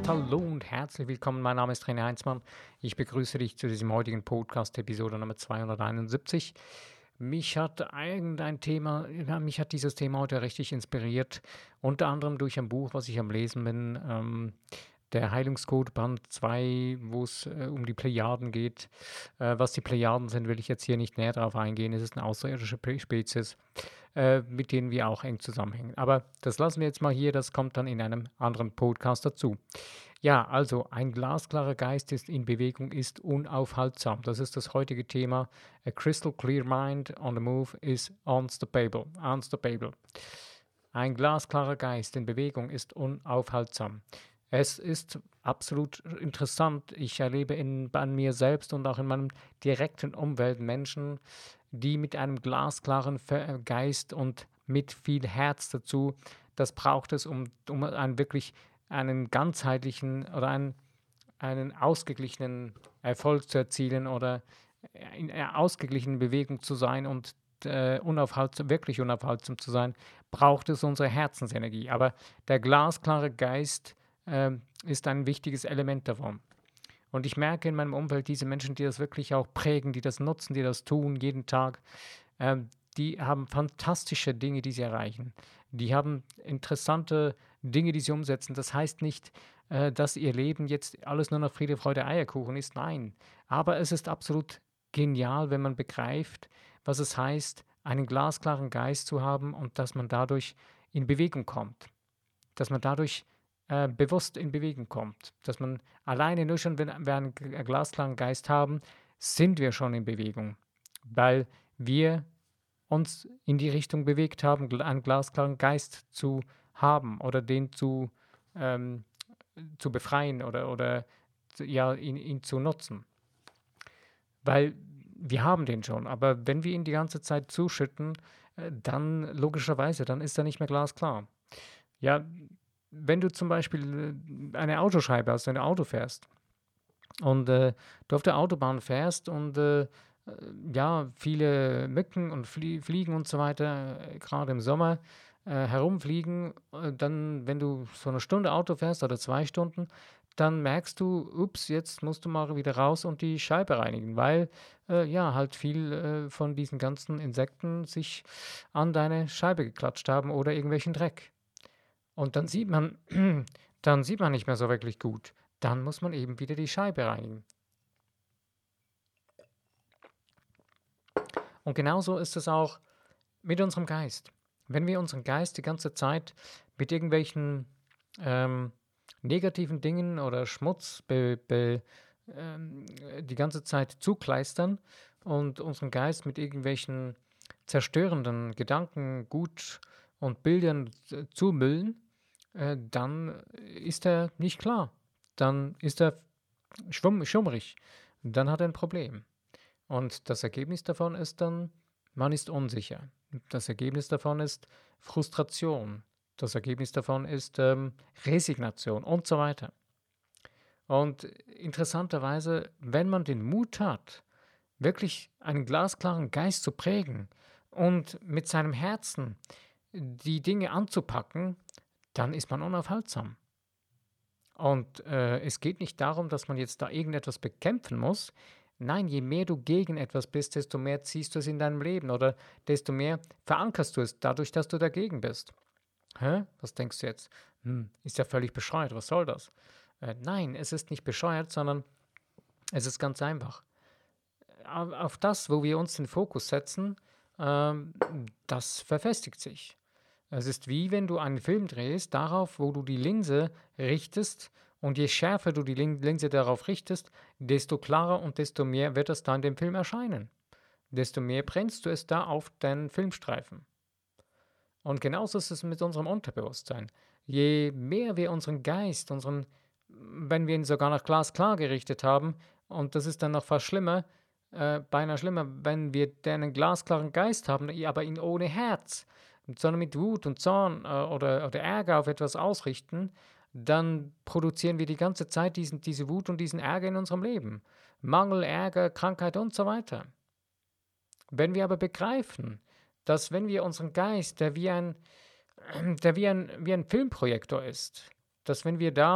Podcast. Hallo und herzlich willkommen. Mein Name ist René Heinzmann. Ich begrüße dich zu diesem heutigen Podcast, Episode Nummer 271. Mich hat dieses Thema heute richtig inspiriert, unter anderem durch ein Buch, was ich am Lesen bin, der Heilungscode Band 2, wo es um die Plejaden geht. Was die Plejaden sind, will ich jetzt hier nicht näher drauf eingehen. Es ist eine außerirdische Spezies, mit denen wir auch eng zusammenhängen. Aber das lassen wir jetzt mal hier, das kommt dann in einem anderen Podcast dazu. Ja, also ein glasklarer Geist ist in Bewegung, ist unaufhaltsam. Das ist das heutige Thema. A crystal clear mind on the move is unstoppable. Unstoppable. Ein glasklarer Geist in Bewegung ist unaufhaltsam. Es ist absolut interessant. Ich erlebe an mir selbst und auch in meinem direkten Umfeld Menschen, die mit einem glasklaren Geist und mit viel Herz dazu, das braucht es, um einen ganzheitlichen oder einen ausgeglichenen Erfolg zu erzielen oder in einer ausgeglichenen Bewegung zu sein und wirklich unaufhaltsam zu sein, braucht es unsere Herzensenergie. Aber der glasklare Geist ist ein wichtiges Element davon. Und ich merke in meinem Umfeld diese Menschen, die das wirklich auch prägen, die das nutzen, die das tun jeden Tag, die haben fantastische Dinge, die sie erreichen. Die haben interessante Dinge, die sie umsetzen. Das heißt nicht, dass ihr Leben jetzt alles nur noch Friede, Freude, Eierkuchen ist. Nein. Aber es ist absolut genial, wenn man begreift, was es heißt, einen glasklaren Geist zu haben und dass man dadurch in Bewegung kommt. Dass man dadurch bewusst in Bewegung kommt. Dass man alleine nur schon, wenn wir einen glasklaren Geist haben, sind wir schon in Bewegung. Weil wir uns in die Richtung bewegt haben, einen glasklaren Geist zu haben oder den zu befreien oder ja, ihn zu nutzen. Weil wir haben den schon, aber wenn wir ihn die ganze Zeit zuschütten, dann logischerweise, dann ist er nicht mehr glasklar. Ja, wenn du zum Beispiel eine Autoscheibe hast, wenn du Auto fährst und du auf der Autobahn fährst und ja, viele Mücken und Fliegen und so weiter, gerade im Sommer, herumfliegen, dann, wenn du so eine Stunde Auto fährst oder 2 Stunden, dann merkst du, ups, jetzt musst du mal wieder raus und die Scheibe reinigen, weil ja, halt viel von diesen ganzen Insekten sich an deine Scheibe geklatscht haben oder irgendwelchen Dreck. Und dann sieht man, dann sieht man nicht mehr so wirklich gut. Dann muss man eben wieder die Scheibe reinigen. Und genauso ist es auch mit unserem Geist. Wenn wir unseren Geist die ganze Zeit mit irgendwelchen negativen Dingen oder Schmutz die ganze Zeit zukleistern und unseren Geist mit irgendwelchen zerstörenden Gedanken, Gut und Bildern zumüllen, dann ist er nicht klar. Dann ist er schummrig. Dann hat er ein Problem. Und das Ergebnis davon ist dann, man ist unsicher. Das Ergebnis davon ist Frustration. Das Ergebnis davon ist Resignation und so weiter. Und interessanterweise, wenn man den Mut hat, wirklich einen glasklaren Geist zu prägen und mit seinem Herzen die Dinge anzupacken, dann ist man unaufhaltsam. Und es geht nicht darum, dass man jetzt da irgendetwas bekämpfen muss. Nein, je mehr du gegen etwas bist, desto mehr ziehst du es in deinem Leben oder desto mehr verankerst du es dadurch, dass du dagegen bist. Hä? Was denkst du jetzt? Ist ja völlig bescheuert, was soll das? Nein, es ist nicht bescheuert, sondern es ist ganz einfach. Auf das, wo wir uns den Fokus setzen, das verfestigt sich. Es ist wie wenn du einen Film drehst, darauf, wo du die Linse richtest, und je schärfer du die Linse darauf richtest, desto klarer und desto mehr wird es da in dem Film erscheinen. Desto mehr brennst du es da auf deinen Filmstreifen. Und genauso ist es mit unserem Unterbewusstsein. Je mehr wir unseren Geist, wenn wir ihn sogar noch glasklar gerichtet haben, und das ist dann noch fast schlimmer, beinahe schlimmer, wenn wir einen glasklaren Geist haben, aber ihn ohne Herz, sondern mit Wut und Zorn oder Ärger auf etwas ausrichten, dann produzieren wir die ganze Zeit diese Wut und diesen Ärger in unserem Leben. Mangel, Ärger, Krankheit und so weiter. Wenn wir aber begreifen, dass wenn wir unseren Geist, der wie ein Filmprojektor ist, dass wenn wir da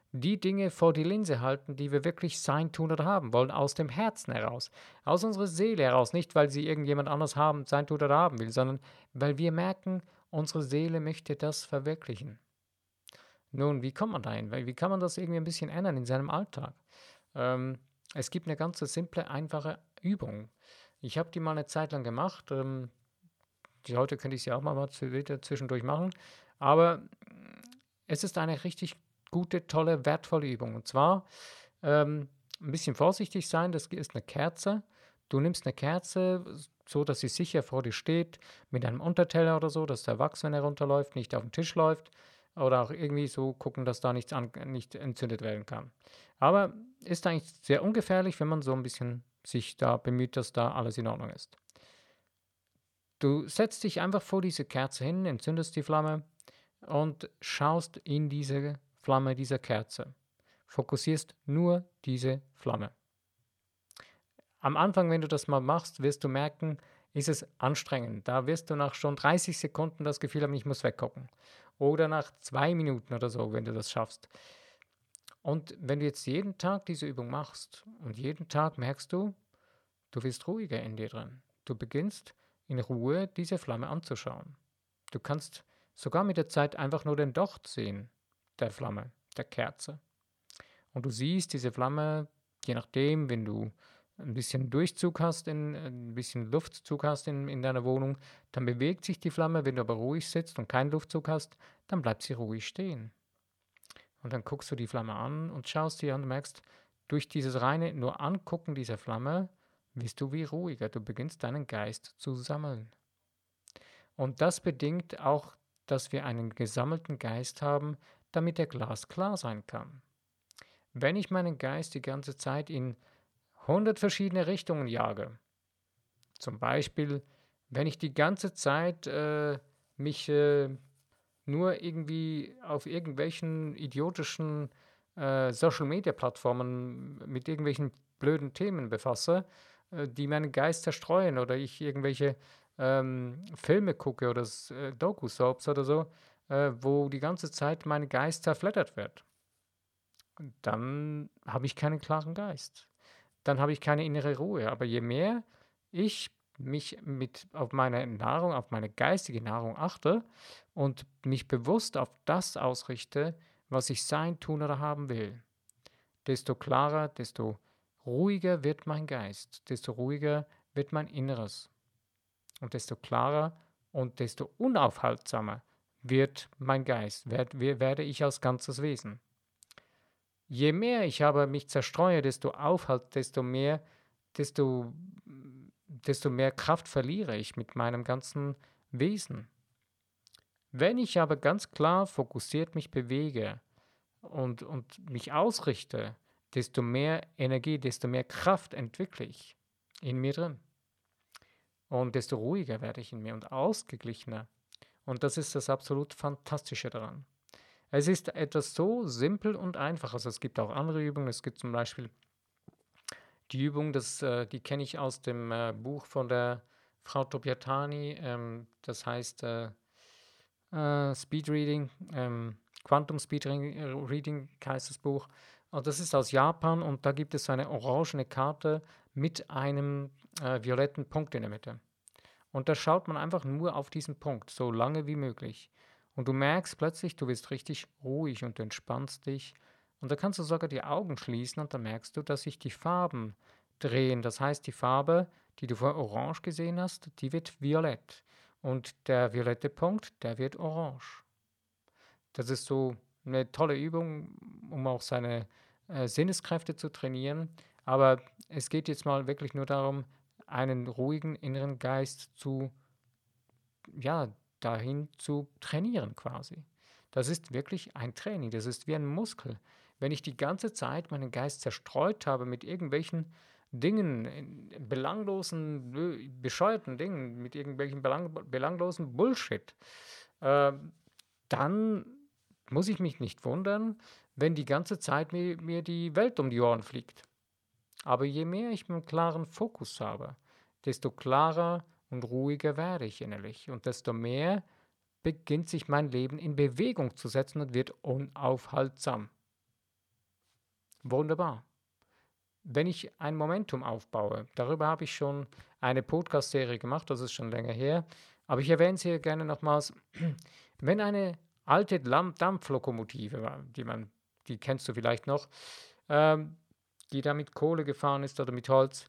die Dinge vor die Linse halten, die wir wirklich sein, tun oder haben wollen, aus dem Herzen heraus, aus unserer Seele heraus, nicht weil sie irgendjemand anders haben, sein, tun oder haben will, sondern weil wir merken, unsere Seele möchte das verwirklichen. Nun, wie kommt man dahin? Wie kann man das irgendwie ein bisschen ändern in seinem Alltag? Ähm, Es gibt eine ganz simple, einfache Übung. Ich habe die mal eine Zeit lang gemacht. Heute könnte ich sie auch mal wieder zwischendurch machen. Aber es ist eine richtig gute, tolle, wertvolle Übung. Und zwar ein bisschen vorsichtig sein. Das ist eine Kerze. Du nimmst eine Kerze, so dass sie sicher vor dir steht, mit einem Unterteller oder so, dass der Wachs, wenn er runterläuft, nicht auf den Tisch läuft. Oder auch irgendwie so gucken, dass da nicht entzündet werden kann. Aber ist eigentlich sehr ungefährlich, wenn man so ein bisschen sich da bemüht, dass da alles in Ordnung ist. Du setzt dich einfach vor diese Kerze hin, entzündest die Flamme und schaust in diese Flamme dieser Kerze. Fokussierst nur diese Flamme. Am Anfang, wenn du das mal machst, wirst du merken, ist es anstrengend. Da wirst du nach schon 30 Sekunden das Gefühl haben, ich muss weggucken. Oder nach 2 Minuten oder so, wenn du das schaffst. Und wenn du jetzt jeden Tag diese Übung machst und jeden Tag merkst du, du wirst ruhiger in dir drin. Du beginnst in Ruhe diese Flamme anzuschauen. Du kannst sogar mit der Zeit einfach nur den Docht sehen, der Flamme, der Kerze. Und du siehst diese Flamme, je nachdem, wenn du ein bisschen Durchzug hast, ein bisschen Luftzug hast in deiner Wohnung, dann bewegt sich die Flamme. Wenn du aber ruhig sitzt und keinen Luftzug hast, dann bleibt sie ruhig stehen. Und dann guckst du die Flamme an und schaust sie an und merkst, durch dieses reine nur Angucken dieser Flamme wirst du wie ruhiger. Du beginnst deinen Geist zu sammeln. Und das bedingt auch, dass wir einen gesammelten Geist haben, damit der glasklar sein kann. Wenn ich meinen Geist die ganze Zeit in 100 verschiedene Richtungen jage, zum Beispiel, wenn ich die ganze Zeit mich nur irgendwie auf irgendwelchen idiotischen Social-Media-Plattformen mit irgendwelchen blöden Themen befasse, die meinen Geist zerstreuen oder ich irgendwelche Filme gucke oder Doku-Soaps oder so, wo die ganze Zeit mein Geist zerfleddert wird, dann habe ich keinen klaren Geist. Dann habe ich keine innere Ruhe. Aber je mehr ich mich auf meine Nahrung, auf meine geistige Nahrung achte und mich bewusst auf das ausrichte, was ich sein, tun oder haben will, desto klarer, desto ruhiger wird mein Geist, desto ruhiger wird mein Inneres und desto klarer und desto unaufhaltsamer wird mein Geist, werde ich als ganzes Wesen. Je mehr ich aber mich zerstreue, desto, desto mehr Kraft verliere ich mit meinem ganzen Wesen. Wenn ich aber ganz klar fokussiert mich bewege und mich ausrichte, desto mehr Energie, desto mehr Kraft entwickle ich in mir drin. Und desto ruhiger werde ich in mir und ausgeglichener. Und das ist das absolut Fantastische daran. Es ist etwas so simpel und einfach. Also es gibt auch andere Übungen. Es gibt zum Beispiel die Übung, die kenne ich aus dem Buch von der Frau Topiatani. Das heißt Speed Reading, Quantum Speed Reading heißt das Buch. Und das ist aus Japan und da gibt es so eine orangene Karte mit einem violetten Punkt in der Mitte. Und da schaut man einfach nur auf diesen Punkt, so lange wie möglich. Und du merkst plötzlich, du wirst richtig ruhig und du entspannst dich. Und da kannst du sogar die Augen schließen und dann merkst du, dass sich die Farben drehen. Das heißt, die Farbe, die du vorher orange gesehen hast, die wird violett. Und der violette Punkt, der wird orange. Das ist so eine tolle Übung, um auch seine Sinneskräfte zu trainieren. Aber es geht jetzt mal wirklich nur darum, einen ruhigen inneren Geist dahin zu trainieren quasi. Das ist wirklich ein Training, das ist wie ein Muskel. Wenn ich die ganze Zeit meinen Geist zerstreut habe mit irgendwelchen Dingen, belanglosen, bescheuerten Dingen, mit irgendwelchen belanglosen Bullshit, äh, dann muss ich mich nicht wundern, wenn die ganze Zeit mir die Welt um die Ohren fliegt. Aber je mehr ich einen klaren Fokus habe, desto klarer und ruhiger werde ich innerlich und desto mehr beginnt sich mein Leben in Bewegung zu setzen und wird unaufhaltsam. Wunderbar. Wenn ich ein Momentum aufbaue, darüber habe ich schon eine Podcast-Serie gemacht, das ist schon länger her, aber ich erwähne es hier gerne nochmals. Wenn eine alte Dampflokomotive, die kennst du vielleicht noch, ähm, die da mit Kohle gefahren ist oder mit Holz,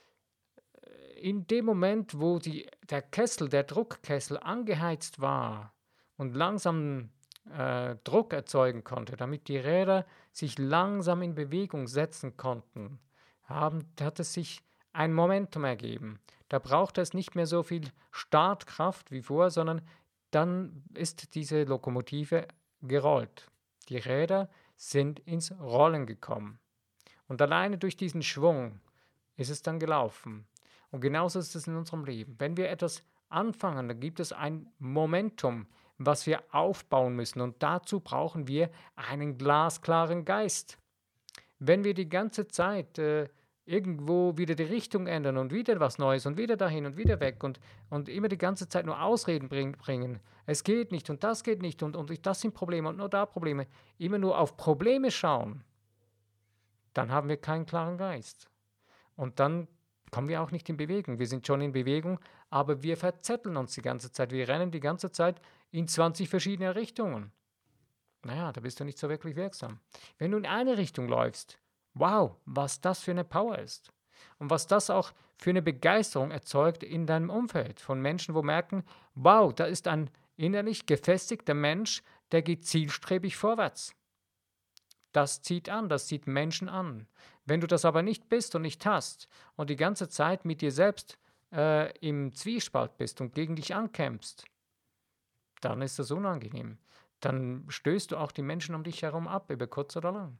in dem Moment, wo der Druckkessel angeheizt war und langsam Druck erzeugen konnte, damit die Räder sich langsam in Bewegung setzen konnten, hat es sich ein Momentum ergeben. Da braucht es nicht mehr so viel Startkraft wie vorher, sondern dann ist diese Lokomotive gerollt. Die Räder sind ins Rollen gekommen. Und alleine durch diesen Schwung ist es dann gelaufen. Und genauso ist es in unserem Leben. Wenn wir etwas anfangen, dann gibt es ein Momentum, was wir aufbauen müssen. Und dazu brauchen wir einen glasklaren Geist. Wenn wir die ganze Zeit irgendwo wieder die Richtung ändern und wieder was Neues und wieder dahin und wieder weg und immer die ganze Zeit nur Ausreden bringen, es geht nicht und das geht nicht und das sind Probleme und nur da Probleme, immer nur auf Probleme schauen, dann haben wir keinen klaren Geist. Und dann kommen wir auch nicht in Bewegung. Wir sind schon in Bewegung, aber wir verzetteln uns die ganze Zeit. Wir rennen die ganze Zeit in 20 verschiedene Richtungen. Naja, da bist du nicht so wirklich wirksam. Wenn du in eine Richtung läufst, wow, was das für eine Power ist. Und was das auch für eine Begeisterung erzeugt in deinem Umfeld von Menschen, wo merken, wow, da ist ein innerlich gefestigter Mensch, der geht zielstrebig vorwärts. Das zieht Menschen an. Wenn du das aber nicht bist und nicht hast und die ganze Zeit mit dir selbst im Zwiespalt bist und gegen dich ankämpfst, dann ist das unangenehm. Dann stößt du auch die Menschen um dich herum ab, über kurz oder lang.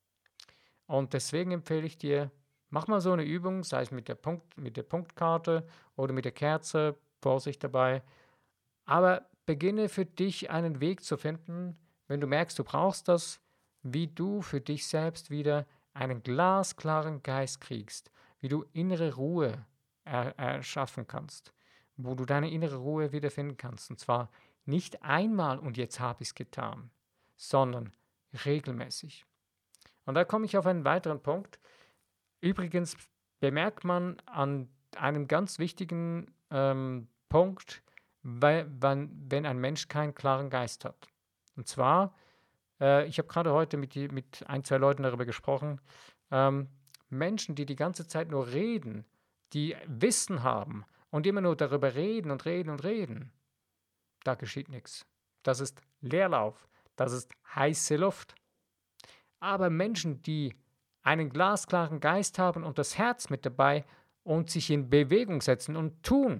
Und deswegen empfehle ich dir, mach mal so eine Übung, sei es mit der Punktkarte oder mit der Kerze, Vorsicht dabei. Aber beginne für dich einen Weg zu finden, wenn du merkst, du brauchst das, wie du für dich selbst wieder einen glasklaren Geist kriegst, wie du innere Ruhe erschaffen kannst, wo du deine innere Ruhe wiederfinden kannst. Und zwar nicht einmal und jetzt habe ich es getan, sondern regelmäßig. Und da komme ich auf einen weiteren Punkt. Übrigens bemerkt man an einem ganz wichtigen Punkt, wenn ein Mensch keinen klaren Geist hat. Und zwar, ich habe gerade heute mit ein, zwei Leuten darüber gesprochen, Menschen, die ganze Zeit nur reden, die Wissen haben und immer nur darüber reden und reden und reden, da geschieht nichts. Das ist Leerlauf, das ist heiße Luft. Aber Menschen, die einen glasklaren Geist haben und das Herz mit dabei und sich in Bewegung setzen und tun.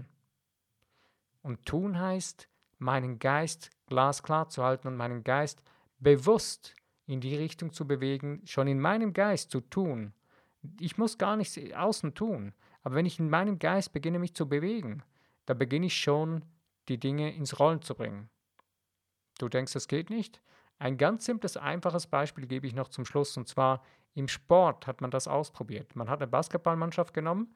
Und tun heißt, meinen Geist glasklar zu halten und meinen Geist bewusst in die Richtung zu bewegen, schon in meinem Geist zu tun. Ich muss gar nichts außen tun, aber wenn ich in meinem Geist beginne, mich zu bewegen, da beginne ich schon, die Dinge ins Rollen zu bringen. Du denkst, das geht nicht? Ein ganz simples, einfaches Beispiel gebe ich noch zum Schluss, und zwar im Sport hat man das ausprobiert. Man hat eine Basketballmannschaft genommen,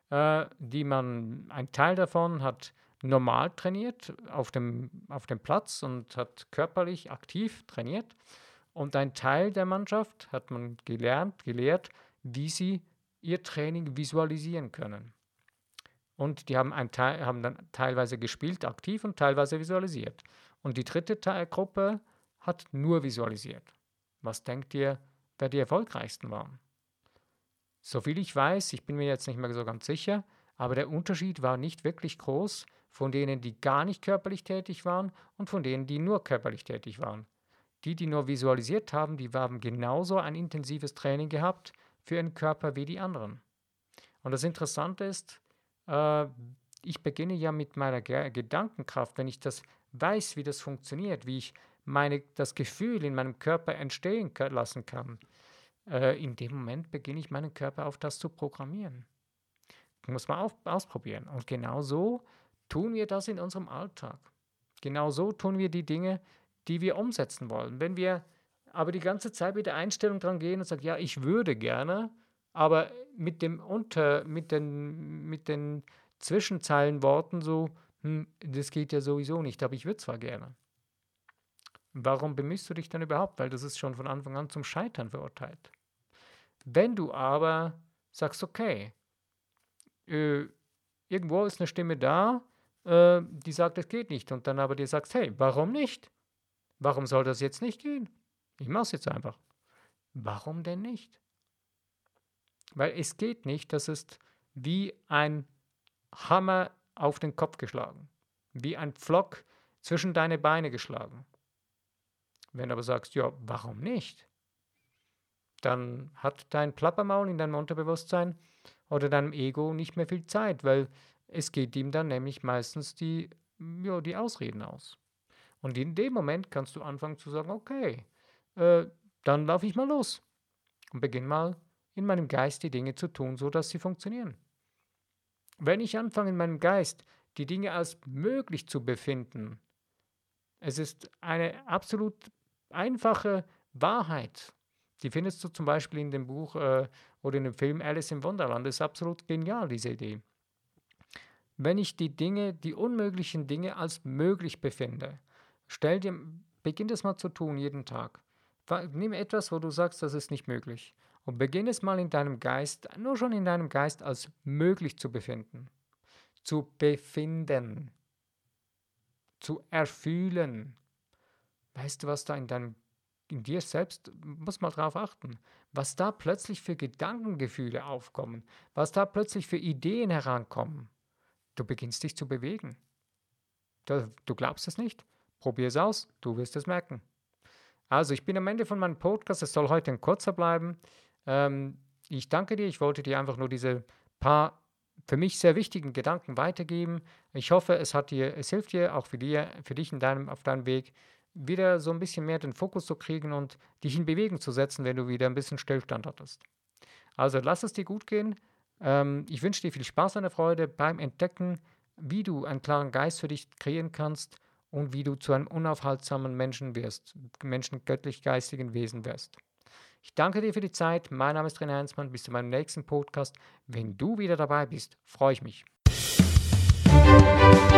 ein Teil davon hat normal trainiert auf dem Platz und hat körperlich aktiv trainiert. Und ein Teil der Mannschaft hat man gelehrt, wie sie ihr Training visualisieren können. Und die haben dann teilweise gespielt, aktiv und teilweise visualisiert. Und die dritte Gruppe hat nur visualisiert. Was denkt ihr, wer die erfolgreichsten waren? Soviel ich weiß, ich bin mir jetzt nicht mehr so ganz sicher, aber der Unterschied war nicht wirklich groß von denen, die gar nicht körperlich tätig waren und von denen, die nur körperlich tätig waren. Die nur visualisiert haben, die haben genauso ein intensives Training gehabt für ihren Körper wie die anderen. Und das Interessante ist, ich beginne ja mit meiner Gedankenkraft, wenn ich das weiß, wie das funktioniert, wie ich das Gefühl in meinem Körper entstehen lassen kann. In dem Moment beginne ich meinen Körper auf das zu programmieren. Muss man ausprobieren. Und genau so tun wir das in unserem Alltag. Genau so tun wir die Dinge, die wir umsetzen wollen. Wenn wir aber die ganze Zeit mit der Einstellung dran gehen und sagen, ja, ich würde gerne, aber mit den Zwischenzeilenworten so, das geht ja sowieso nicht, aber ich würde zwar gerne. Warum bemühst du dich dann überhaupt? Weil das ist schon von Anfang an zum Scheitern verurteilt. Wenn du aber sagst, okay, irgendwo ist eine Stimme da, die sagt, es geht nicht. Und dann aber dir sagst, hey, warum nicht? Warum soll das jetzt nicht gehen? Ich mache es jetzt einfach. Warum denn nicht? Weil es geht nicht, das ist wie ein Hammer auf den Kopf geschlagen, wie ein Pflock zwischen deine Beine geschlagen. Wenn du aber sagst, ja, warum nicht? Dann hat dein Plappermaul in deinem Unterbewusstsein oder deinem Ego nicht mehr viel Zeit, weil es geht ihm dann nämlich meistens die Ausreden aus. Und in dem Moment kannst du anfangen zu sagen, okay, dann laufe ich mal los und beginne mal in meinem Geist die Dinge zu tun, so dass sie funktionieren. Wenn ich anfange in meinem Geist die Dinge als möglich zu befinden, es ist eine absolut einfache Wahrheit. Die findest du zum Beispiel in dem Buch oder in dem Film Alice im Wunderland. Das ist absolut genial, diese Idee. Wenn ich die Dinge, die unmöglichen Dinge als möglich befinde, beginn das mal zu tun jeden Tag. Nimm etwas, wo du sagst, das ist nicht möglich. Und beginn es mal in deinem Geist, nur schon in deinem Geist als möglich zu befinden. Zu befinden. Zu erfühlen. Weißt du, was da in dir selbst, muss mal drauf achten, was da plötzlich für Gedankengefühle aufkommen, was da plötzlich für Ideen herankommen. Du beginnst dich zu bewegen. Du glaubst es nicht? Probier es aus, du wirst es merken. Also, ich bin am Ende von meinem Podcast, es soll heute ein kurzer bleiben. Ich danke dir, ich wollte dir einfach nur diese paar für mich sehr wichtigen Gedanken weitergeben. Ich hoffe, es hilft dir, auch für dich auf deinem Weg, wieder so ein bisschen mehr den Fokus zu kriegen und dich in Bewegung zu setzen, wenn du wieder ein bisschen Stillstand hattest. Also lass es dir gut gehen. Ich wünsche dir viel Spaß und Freude beim Entdecken, wie du einen klaren Geist für dich kreieren kannst und wie du zu einem unaufhaltsamen Menschen göttlich-geistigen Wesen wirst. Ich danke dir für die Zeit. Mein Name ist René Heinzmann. Bis zu meinem nächsten Podcast. Wenn du wieder dabei bist, freue ich mich.